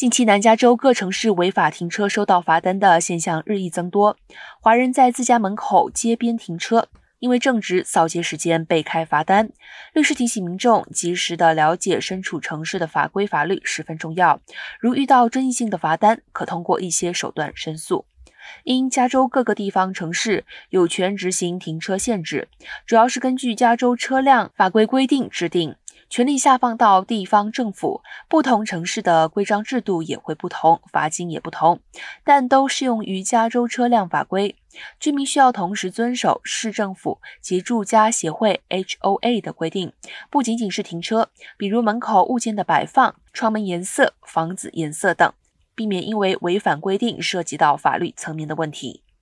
近期南加州各城市违法停车收到罚单的现象日益增多，华人在自家门口街边停车，因为正值扫街时间被开罚单。律师提醒民众，及时的了解身处城市的法规法律十分重要。如遇到争议性的罚单，可通过一些手段申诉。因加州各个地方城市有权执行停车限制，主要是根据加州车辆法规规定制定，权力下放到地方政府，不同城市的规章制度也会不同，罚金也不同，但都适用于加州车辆法规。居民需要同时遵守市政府及住家协会 HOA 的规定，不仅仅是停车，比如门口物件的摆放、窗门颜色、房子颜色等，避免因为违反规定涉及到法律层面的问题。